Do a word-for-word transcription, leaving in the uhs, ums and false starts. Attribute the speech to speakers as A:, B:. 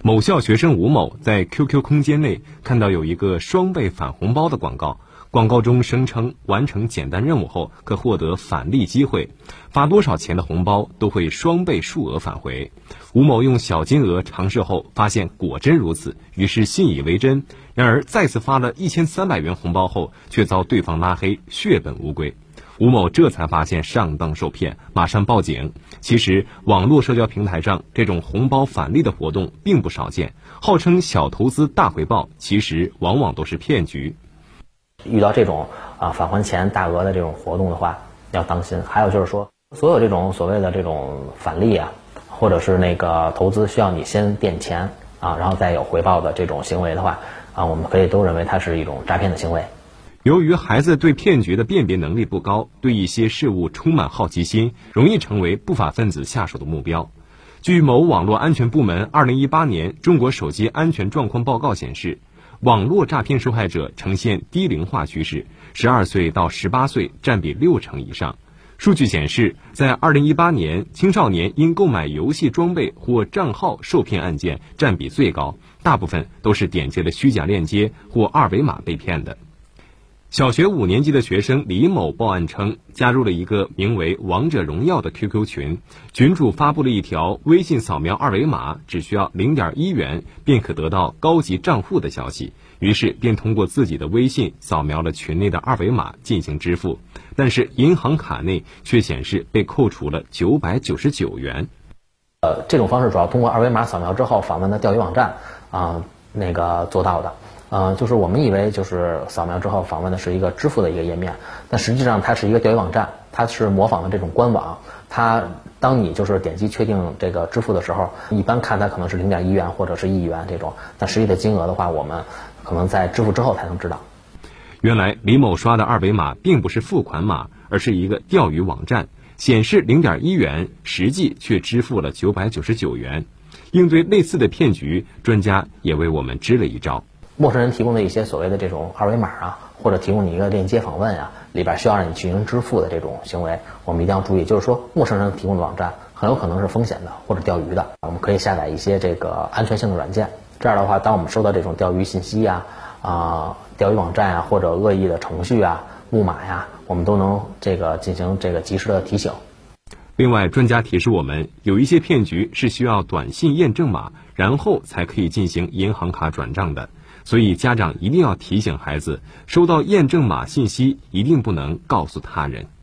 A: 某校学生吴某在 Q Q 空间内看到有一个双倍返红包的广告，广告中声称完成简单任务后可获得返利机会，发多少钱的红包都会双倍数额返回。吴某用小金额尝试后发现果真如此，于是信以为真，然而再次发了一千三百元红包后却遭对方拉黑，血本无归。吴某这才发现上当受骗，马上报警。其实网络社交平台上这种红包返利的活动并不少见，号称小投资大回报，其实往往都是骗局。
B: 遇到这种啊返还钱大额的这种活动的话，要当心。还有就是说，所有这种所谓的这种返利啊，或者是那个投资需要你先垫钱啊，然后再有回报的这种行为的话啊，我们可以都认为它是一种诈骗的行为。
A: 由于孩子对骗局的辨别能力不高，对一些事物充满好奇心，容易成为不法分子下手的目标。据某网络安全部门二零一八年中国手机安全状况报告显示，网络诈骗受害者呈现低龄化趋势，十二岁到十八岁占比六成以上。数据显示，在二零一八年，青少年因购买游戏装备或账号受骗案件占比最高，大部分都是点击了虚假链接或二维码被骗的。小学五年级的学生李某报案称，加入了一个名为王者荣耀的 Q Q 群，群主发布了一条微信扫描二维码只需要 零点一元便可得到高级账户的消息，于是便通过自己的微信扫描了群内的二维码进行支付，但是银行卡内却显示被扣除了九百九十九元。
B: 呃，这种方式主要通过二维码扫描之后访问的钓鱼网站啊、呃、那个做到的。呃，就是我们以为就是扫描之后访问的是一个支付的一个页面，但实际上它是一个钓鱼网站，它是模仿的这种官网。它当你就是点击确定这个支付的时候，一般看它可能是零点一元或者是一元这种，但实际的金额的话，我们可能在支付之后才能知道。
A: 原来李某刷的二维码并不是付款码，而是一个钓鱼网站，显示零点一元，实际却支付了九百九十九元。应对类似的骗局，专家也为我们支了一招。
B: 陌生人提供的一些所谓的这种二维码啊，或者提供你一个链接访问啊，里边需要让你进行支付的这种行为，我们一定要注意。就是说，陌生人提供的网站很有可能是风险的或者钓鱼的，我们可以下载一些这个安全性的软件。这样的话，当我们收到这种钓鱼信息呀、啊、呃、钓鱼网站啊，或者恶意的程序啊、木马呀，我们都能这个进行这个及时的提醒。
A: 另外，专家提示我们，有一些骗局是需要短信验证码，然后才可以进行银行卡转账的。所以家长一定要提醒孩子，收到验证码信息一定不能告诉他人。